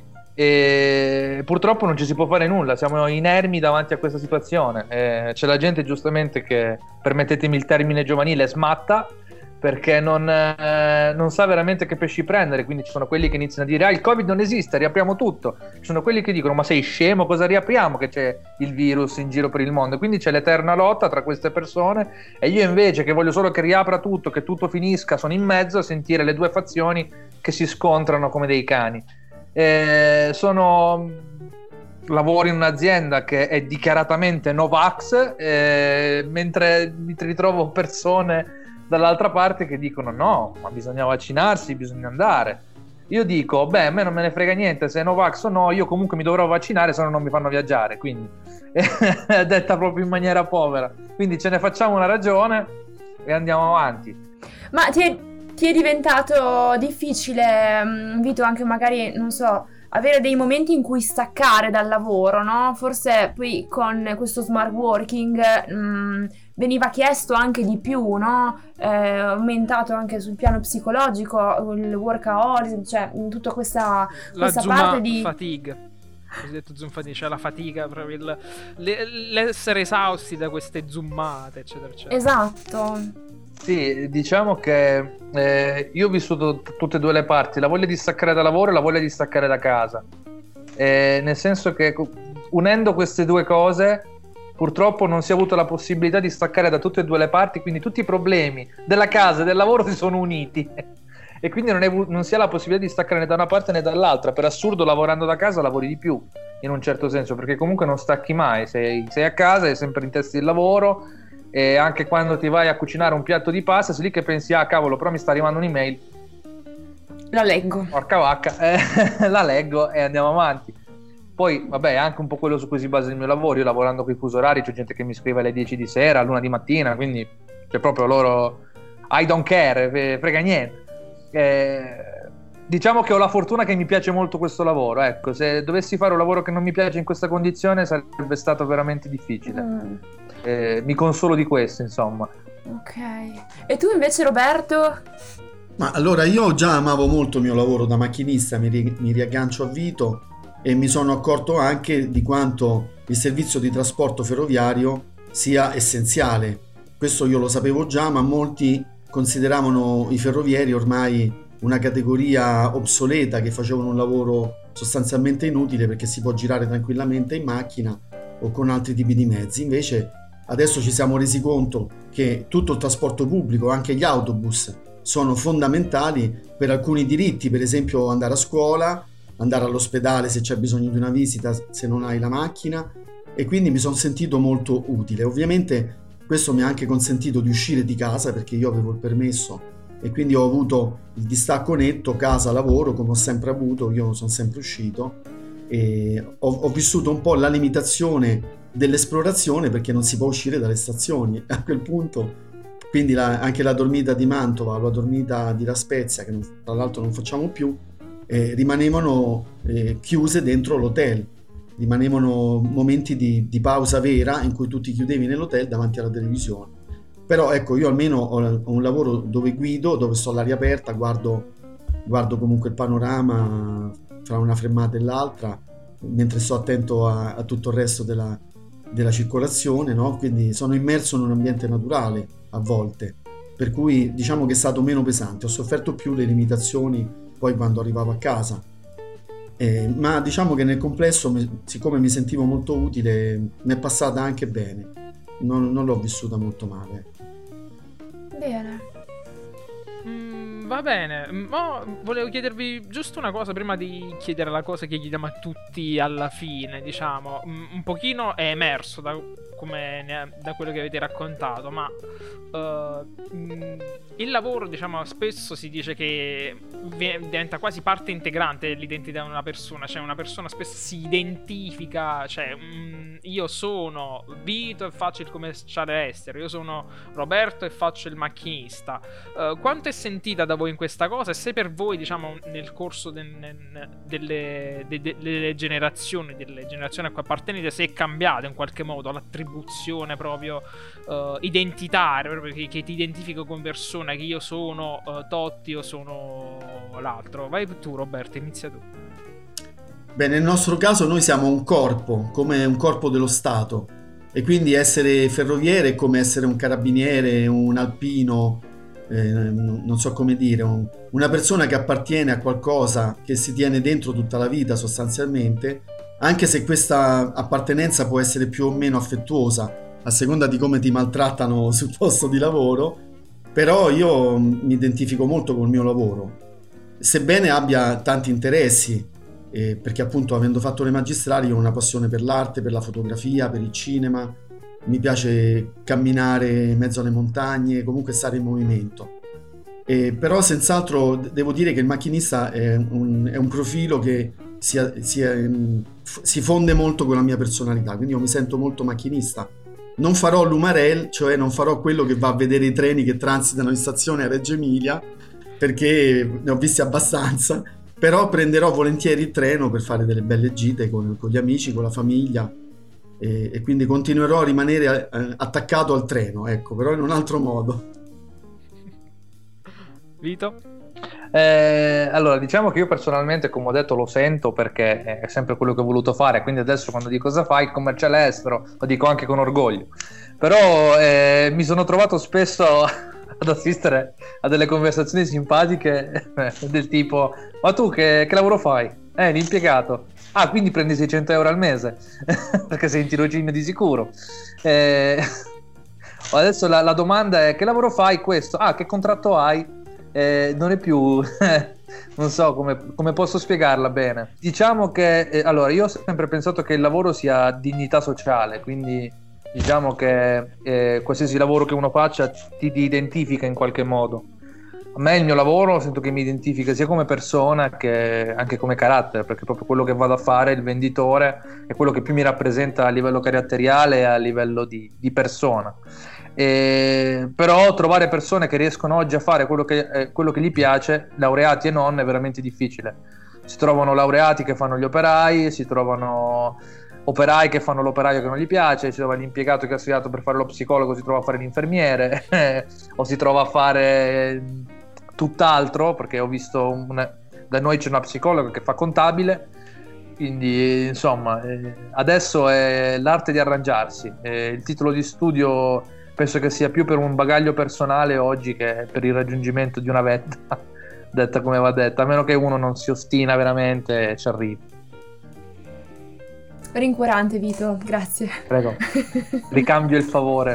e purtroppo non ci si può fare nulla, siamo inermi davanti a questa situazione. C'è la gente giustamente che, permettetemi il termine giovanile, smatta, perché non sa veramente che pesci prendere, quindi ci sono quelli che iniziano a dire il Covid non esiste, riapriamo tutto, ci sono quelli che dicono ma sei scemo, cosa riapriamo che c'è il virus in giro per il mondo, quindi c'è l'eterna lotta tra queste persone, e io invece che voglio solo che riapra tutto, che tutto finisca, sono in mezzo a sentire le due fazioni che si scontrano come dei cani. Lavoro in un'azienda che è dichiaratamente Novax, mentre mi ritrovo persone dall'altra parte che dicono no, ma bisogna vaccinarsi, bisogna andare. Io dico, a me non me ne frega niente se è Novax o no, io comunque mi dovrò vaccinare, se no non mi fanno viaggiare, quindi detta proprio in maniera povera. Quindi ce ne facciamo una ragione e andiamo avanti. Ma ti è diventato difficile, Vito, anche magari, non so, avere dei momenti in cui staccare dal lavoro, no? Forse poi con questo smart working veniva chiesto anche di più, no? Aumentato anche sul piano psicologico, il workaholism, cioè tutta questa parte di fatigue. Cosiddetto zoom fatigue, cioè la fatica, proprio l'essere esausti da queste zoomate, eccetera, eccetera. Esatto. Sì, diciamo che io ho vissuto tutte e due le parti, la voglia di staccare da lavoro e la voglia di staccare da casa, nel senso che unendo queste due cose purtroppo non si è avuto la possibilità di staccare da tutte e due le parti, quindi tutti i problemi della casa e del lavoro si sono uniti e quindi non si ha la possibilità di staccare né da una parte né dall'altra. Per assurdo, lavorando da casa lavori di più in un certo senso, perché comunque non stacchi mai, sei a casa, sei sempre in testa del lavoro, e anche quando ti vai a cucinare un piatto di pasta sei lì che pensi cavolo, però mi sta arrivando un'email, la leggo, porca vacca, la leggo e andiamo avanti. Poi, vabbè, è anche un po' quello su cui si basa il mio lavoro. Io lavorando con i fusi orari, c'è gente che mi scrive alle 10 di sera, all'1 di mattina, quindi c'è proprio loro... I don't care, frega niente. Diciamo che ho la fortuna che mi piace molto questo lavoro. Ecco, se dovessi fare un lavoro che non mi piace in questa condizione sarebbe stato veramente difficile. Mi consolo di questo, insomma. Ok. E tu invece, Roberto? Ma allora, io già amavo molto il mio lavoro da macchinista, mi riaggancio a Vito, e mi sono accorto anche di quanto il servizio di trasporto ferroviario sia essenziale. Questo io lo sapevo già, ma molti consideravano i ferrovieri ormai una categoria obsoleta, che facevano un lavoro sostanzialmente inutile perché si può girare tranquillamente in macchina o con altri tipi di mezzi. Invece adesso ci siamo resi conto che tutto il trasporto pubblico, anche gli autobus, sono fondamentali per alcuni diritti, per esempio andare a scuola, andare all'ospedale se c'è bisogno di una visita, se non hai la macchina, e quindi mi sono sentito molto utile. Ovviamente questo mi ha anche consentito di uscire di casa, perché io avevo il permesso e quindi ho avuto il distacco netto casa-lavoro, come ho sempre avuto. Io sono sempre uscito e ho vissuto un po' la limitazione dell'esplorazione, perché non si può uscire dalle stazioni a quel punto. Quindi anche la dormita di Mantova, la dormita di La Spezia, che tra l'altro non facciamo più, rimanevano chiuse dentro l'hotel. Rimanevano momenti di pausa vera in cui tu ti chiudevi nell'hotel davanti alla televisione. Però ecco, io almeno ho un lavoro dove guido, dove sto all'aria aperta, guardo comunque il panorama fra una fermata e l'altra, mentre sto attento a tutto il resto della circolazione, no? Quindi sono immerso in un ambiente naturale a volte, per cui diciamo che è stato meno pesante. Ho sofferto più le limitazioni poi quando arrivavo a casa. Ma diciamo che nel complesso, siccome mi sentivo molto utile, mi è passata anche bene, non l'ho vissuta molto male. Bene. Va bene, volevo chiedervi giusto una cosa prima di chiedere la cosa che chiediamo a tutti alla fine, diciamo. Un pochino è emerso da quello che avete raccontato, ma il lavoro, diciamo, spesso si dice che diventa quasi parte integrante dell'identità di una persona. Cioè una persona spesso si identifica, cioè io sono Vito e faccio il commerciale estero, io sono Roberto e faccio il macchinista. Quanto è sentita da voi in questa cosa, e se per voi, diciamo, nel corso delle generazioni a cui appartenete, se è cambiata in qualche modo l'attribuzione proprio identitaria, proprio che ti identifico come persona, che io sono Totti o sono l'altro. Vai tu, Roberto, inizia tu. Beh, nel nostro caso noi siamo un corpo, come un corpo dello Stato, e quindi essere ferroviere è come essere un carabiniere, un alpino, non so come dire, una persona che appartiene a qualcosa che si tiene dentro tutta la vita sostanzialmente, anche se questa appartenenza può essere più o meno affettuosa a seconda di come ti maltrattano sul posto di lavoro. Però io mi identifico molto col mio lavoro, sebbene abbia tanti interessi, perché appunto, avendo fatto le magistrali, ho una passione per l'arte, per la fotografia, per il cinema. Mi piace camminare in mezzo alle montagne, comunque stare in movimento. Però senz'altro devo dire che il macchinista è un profilo che si fonde molto con la mia personalità, quindi io mi sento molto macchinista. Non farò l'Umarell, cioè non farò quello che va a vedere i treni che transitano in stazione a Reggio Emilia, perché ne ho visti abbastanza, però prenderò volentieri il treno per fare delle belle gite con gli amici, con la famiglia, e quindi continuerò a rimanere attaccato al treno, ecco, però in un altro modo. Vito? Allora, diciamo che io personalmente, come ho detto, lo sento, perché è sempre quello che ho voluto fare, quindi adesso quando dico cosa fai, il commerciale estero, lo dico anche con orgoglio. Però mi sono trovato spesso ad assistere a delle conversazioni simpatiche del tipo: ma tu che lavoro fai? L'impiegato. Ah, quindi prendi 600 euro al mese perché sei in tirocinio di sicuro. Adesso la domanda è: che lavoro fai? Questo. Ah, che contratto hai? Non è più non so come posso spiegarla bene. Diciamo che allora, io ho sempre pensato che il lavoro sia dignità sociale, quindi diciamo che qualsiasi lavoro che uno faccia ti identifica in qualche modo. a me il mio lavoro sento che mi identifica sia come persona che anche come carattere, perché proprio quello che vado a fare, il venditore, è quello che più mi rappresenta a livello caratteriale e a livello di persona. Però trovare persone che riescono oggi a fare quello che gli piace, laureati e non, è veramente difficile. Si trovano laureati che fanno gli operai, si trovano operai che fanno l'operaio che non gli piace, si trova l'impiegato che ha studiato per fare lo psicologo, si trova a fare l'infermiere o si trova a fare tutt'altro, perché ho visto da noi c'è una psicologa che fa contabile, quindi insomma adesso è l'arte di arrangiarsi. Il titolo di studio penso che sia più per un bagaglio personale oggi che per il raggiungimento di una vetta, detta come va detta, a meno che uno non si ostina veramente e ci arrivi. Rincuorante, Vito, grazie. Prego, ricambio il favore.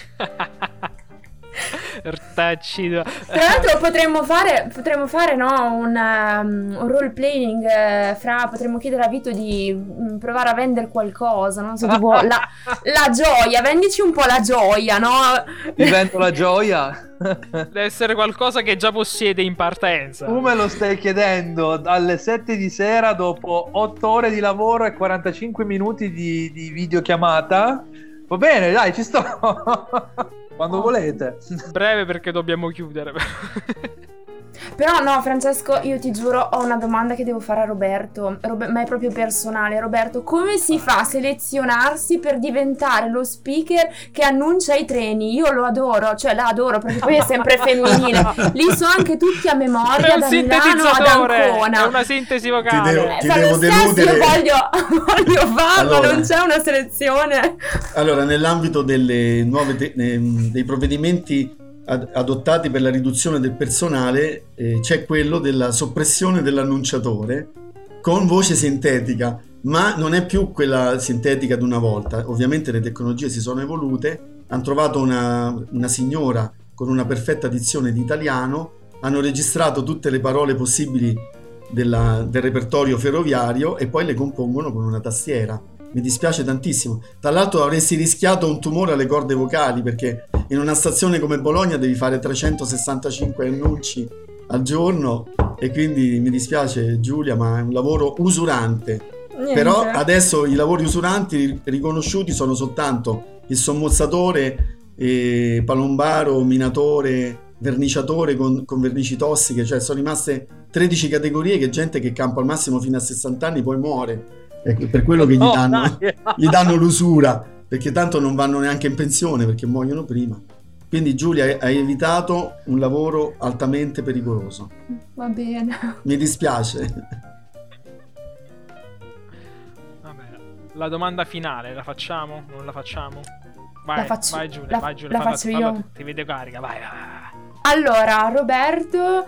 Ortaccido. Tra l'altro potremmo fare no, un role playing, potremmo chiedere a Vito di provare a vendere qualcosa, non so, tipo la gioia, vendici un po' la gioia, no? Divento la gioia? Deve essere qualcosa che già possiede in partenza. Tu me lo stai chiedendo alle 7 di sera dopo 8 ore di lavoro e 45 minuti di videochiamata? Va bene, dai, ci sto. Quando volete. Breve perché dobbiamo chiudere. Però no, Francesco, io ti giuro, ho una domanda che devo fare a Roberto, ma è proprio personale. Roberto, come si fa a selezionarsi per diventare lo speaker che annuncia i treni? Io lo adoro, cioè la adoro perché poi è sempre femminile. Li so anche tutti a memoria, da Milano ad Ancona. È una sintesi vocale. Ti devo deludere. Io voglio farlo, allora, non c'è una selezione. Allora, nell'ambito delle nuove dei provvedimenti adottati per la riduzione del personale, c'è quello della soppressione dell'annunciatore con voce sintetica, ma non è più quella sintetica di una volta. Ovviamente le tecnologie si sono evolute, hanno trovato una signora con una perfetta dizione di italiano, hanno registrato tutte le parole possibili del repertorio ferroviario e poi le compongono con una tastiera. Mi dispiace tantissimo. Tra l'altro avresti rischiato un tumore alle corde vocali, perché in una stazione come Bologna devi fare 365 annunci al giorno e quindi mi dispiace Giulia, ma è un lavoro usurante. Niente. Però adesso i lavori usuranti riconosciuti sono soltanto il sommozzatore, palombaro, minatore, verniciatore con vernici tossiche, cioè sono rimaste 13 categorie che gente che campa al massimo fino a 60 anni poi muore. È per quello che gli danno l'usura, perché tanto non vanno neanche in pensione perché muoiono prima. Quindi Giulia, hai evitato un lavoro altamente pericoloso. Va bene. Mi dispiace. Vabbè, la domanda finale la facciamo? Non la facciamo? Vai, vai Giulia, la faccio io. Ti vedo carica, vai. Allora, Roberto,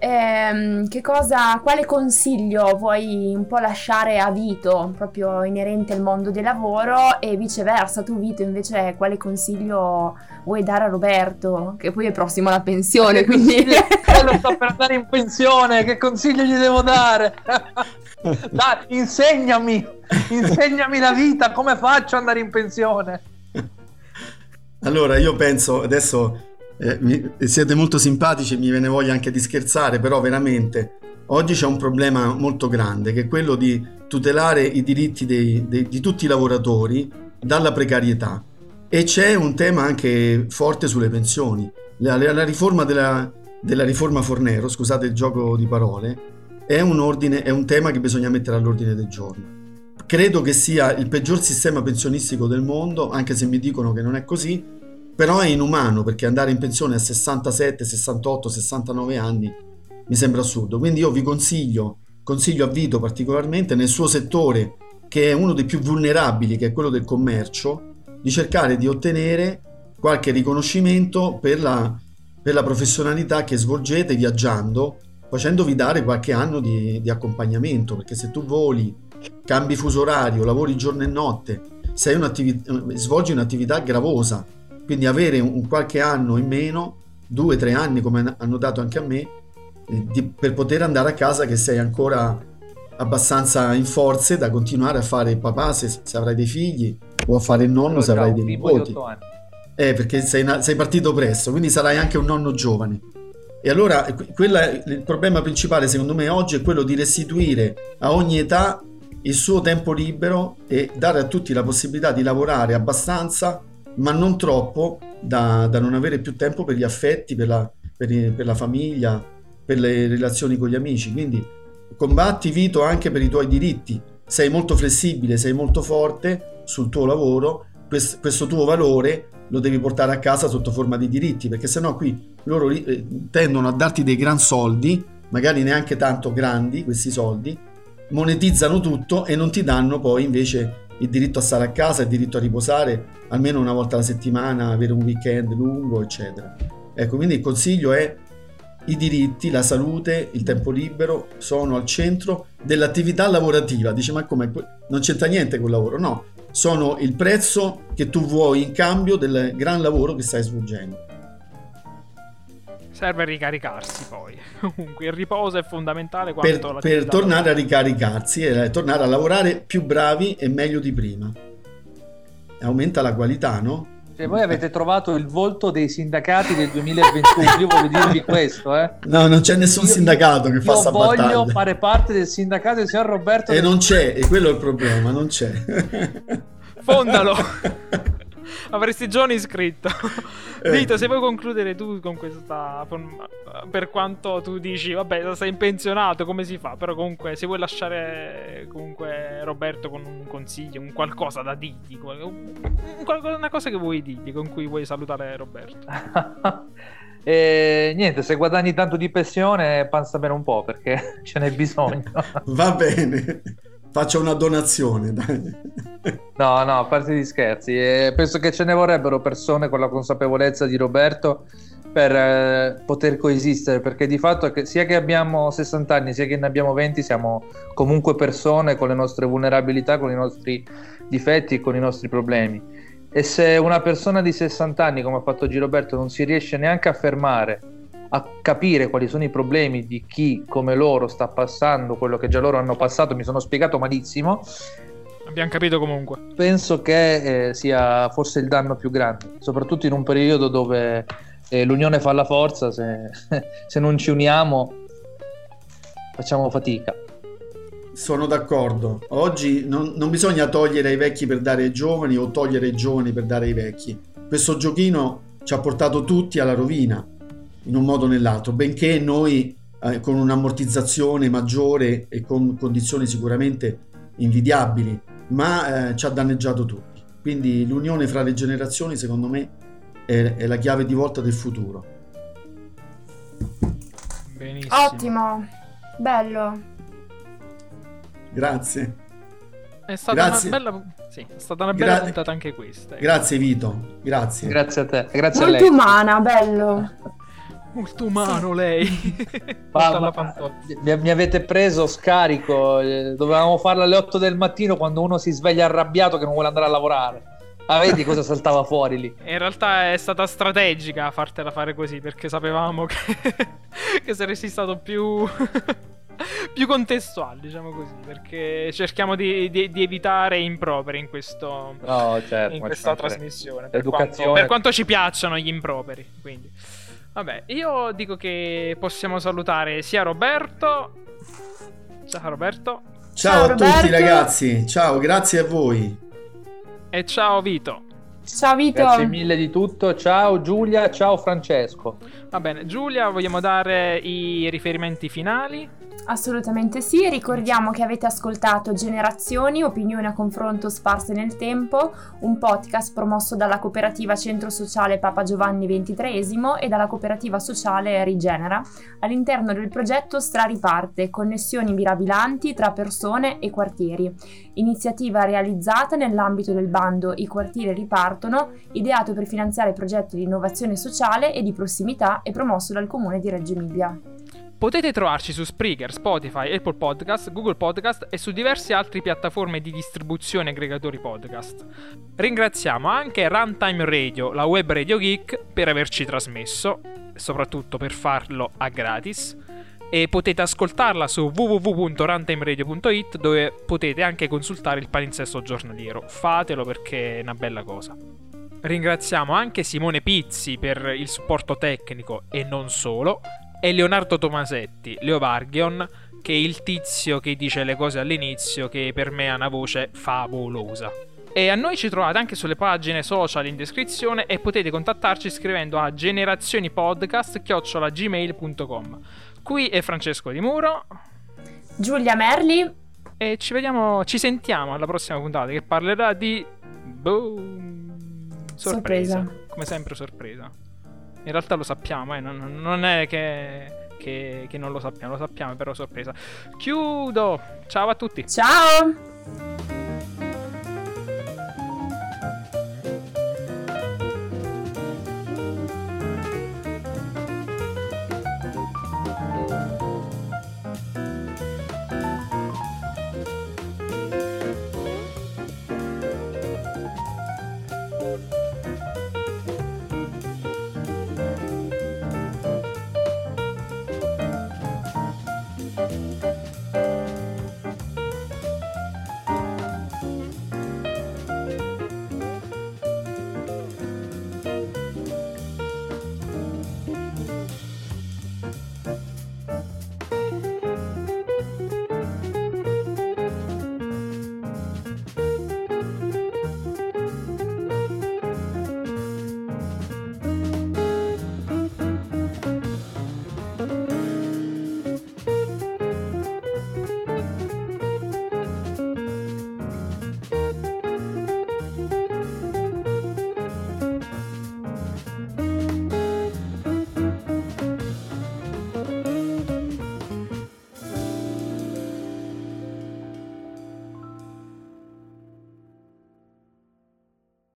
quale consiglio vuoi un po' lasciare a Vito, proprio inerente al mondo del lavoro, e viceversa, tu Vito invece quale consiglio vuoi dare a Roberto, che poi è prossimo alla pensione, quindi... Lo sto per andare in pensione, che consiglio gli devo dare? Dai, insegnami la vita, come faccio ad andare in pensione? Allora, io penso, adesso... siete molto simpatici e mi viene voglia anche di scherzare, però veramente oggi c'è un problema molto grande, che è quello di tutelare i diritti di tutti i lavoratori dalla precarietà, e c'è un tema anche forte sulle pensioni. La riforma della riforma Fornero, scusate il gioco di parole, è un tema che bisogna mettere all'ordine del giorno. Credo che sia il peggior sistema pensionistico del mondo, anche se mi dicono che non è così. Però è inumano, perché andare in pensione a 67, 68, 69 anni mi sembra assurdo. Quindi io vi consiglio a Vito particolarmente, nel suo settore, che è uno dei più vulnerabili, che è quello del commercio, di cercare di ottenere qualche riconoscimento per la professionalità che svolgete viaggiando, facendovi dare qualche anno di accompagnamento, perché se tu voli, cambi fuso orario, lavori giorno e notte, svolgi un'attività gravosa. Quindi avere un qualche anno in meno, 2-3 anni come hanno dato anche a me, per poter andare a casa che sei ancora abbastanza in forze da continuare a fare il papà se avrai dei figli, o a fare il nonno se avrai dei nipoti. Perché sei partito presto, quindi sarai anche un nonno giovane. E allora il problema principale secondo me oggi è quello di restituire a ogni età il suo tempo libero e dare a tutti la possibilità di lavorare abbastanza, ma non troppo da non avere più tempo per gli affetti, per la famiglia, per le relazioni con gli amici. Quindi combatti, Vito, anche per i tuoi diritti. Sei molto flessibile, sei molto forte sul tuo lavoro, questo tuo valore lo devi portare a casa sotto forma di diritti, perché sennò qui loro tendono a darti dei gran soldi, magari neanche tanto grandi questi soldi, monetizzano tutto e non ti danno poi invece il diritto a stare a casa, il diritto a riposare almeno una volta alla settimana, avere un weekend lungo, eccetera. Ecco, quindi il consiglio è: i diritti, la salute, il tempo libero sono al centro dell'attività lavorativa. Dice, ma come? Non c'entra niente col lavoro? No, sono il prezzo che tu vuoi in cambio del gran lavoro che stai svolgendo. Serve a ricaricarsi poi. Comunque il riposo è fondamentale quanto per tornare a ricaricarsi e tornare a lavorare più bravi e meglio di prima. Aumenta la qualità, no? Cioè, voi avete trovato il volto dei sindacati del 2021. Io voglio dirvi questo, No, non c'è nessun sindacato che fa sta battaglia. Io voglio fare parte del sindacato del signor Roberto. E non c'è, e quello è il problema, non c'è. Fondalo. Avresti già un iscritto. Vito, se vuoi concludere tu con questa, per quanto tu dici, vabbè, sei pensionato, come si fa? Però comunque, se vuoi lasciare comunque Roberto con un consiglio, un qualcosa da dirgli, una cosa che vuoi dirgli, con cui vuoi salutare Roberto. Niente, se guadagni tanto di pensione, pensa bene un po', perché ce n'è bisogno. Va bene. Faccia una donazione, dai. No, a parte gli scherzi, penso che ce ne vorrebbero persone con la consapevolezza di Roberto per poter coesistere, perché di fatto è che sia che abbiamo 60 anni sia che ne abbiamo 20 siamo comunque persone con le nostre vulnerabilità, con i nostri difetti e con i nostri problemi. E se una persona di 60 anni, come ha fatto oggi Roberto, non si riesce neanche a fermare a capire quali sono i problemi di chi come loro sta passando quello che già loro hanno passato, mi sono spiegato malissimo, abbiamo capito comunque, penso che sia forse il danno più grande, soprattutto in un periodo dove l'unione fa la forza. Se non ci uniamo facciamo fatica. Sono d'accordo. Oggi non bisogna togliere ai vecchi per dare ai giovani o togliere ai giovani per dare ai vecchi. Questo giochino ci ha portato tutti alla rovina in un modo o nell'altro, benché noi con un'ammortizzazione maggiore e con condizioni sicuramente invidiabili, ma ci ha danneggiato tutti. Quindi l'unione fra le generazioni secondo me è la chiave di volta del futuro. Benissimo. Ottimo, bello. Grazie. È stata una bella puntata anche questa. Grazie Vito, grazie. Grazie a te, grazie molto a lei. Umana, bello. Molto umano, sì. Lei. Mi avete preso scarico, dovevamo farlo alle 8 del mattino quando uno si sveglia arrabbiato che non vuole andare a lavorare. Vedi cosa saltava fuori lì. In realtà è stata strategica fartela fare così, perché sapevamo che saresti stato più contestuale, diciamo così, perché cerchiamo di evitare improperi in questo in questa trasmissione, per quanto ci piacciono gli improperi. Quindi vabbè, io dico che possiamo salutare sia Roberto. Ciao Roberto. Ciao a Roberto. Tutti ragazzi, ciao, grazie a voi. E ciao Vito. Ciao Vito. Grazie mille di tutto. Ciao Giulia, ciao Francesco. Va bene, Giulia, vogliamo dare i riferimenti finali? Assolutamente sì, ricordiamo che avete ascoltato Generazioni, opinioni a confronto sparse nel tempo, un podcast promosso dalla cooperativa Centro Sociale Papa Giovanni XXIII e dalla cooperativa sociale Rigenera, all'interno del progetto Strariparte, connessioni mirabilanti tra persone e quartieri, iniziativa realizzata nell'ambito del bando I quartieri ripartono, ideato per finanziare progetti di innovazione sociale e di prossimità e promosso dal comune di Reggio Emilia. Potete trovarci su Spreaker, Spotify, Apple Podcast, Google Podcast e su diverse altre piattaforme di distribuzione e aggregatori podcast. Ringraziamo anche Runtime Radio, la web Radio geek, per averci trasmesso, e soprattutto per farlo a gratis. E potete ascoltarla su www.runtimeradio.it, dove potete anche consultare il palinsesto giornaliero. Fatelo perché è una bella cosa. Ringraziamo anche Simone Pizzi per il supporto tecnico e non solo. e Leonardo Tomasetti, Leovarghion, che è il tizio che dice le cose all'inizio, che per me ha una voce favolosa. E a noi ci trovate anche sulle pagine social in descrizione e potete contattarci scrivendo a generazionipodcast@gmail.com. Qui è Francesco Di Muro, Giulia Merli, e ci sentiamo alla prossima puntata, che parlerà di sorpresa. Come sempre sorpresa. In realtà lo sappiamo, non è che non lo sappiamo, però sorpresa. Chiudo. Ciao a tutti. ciao!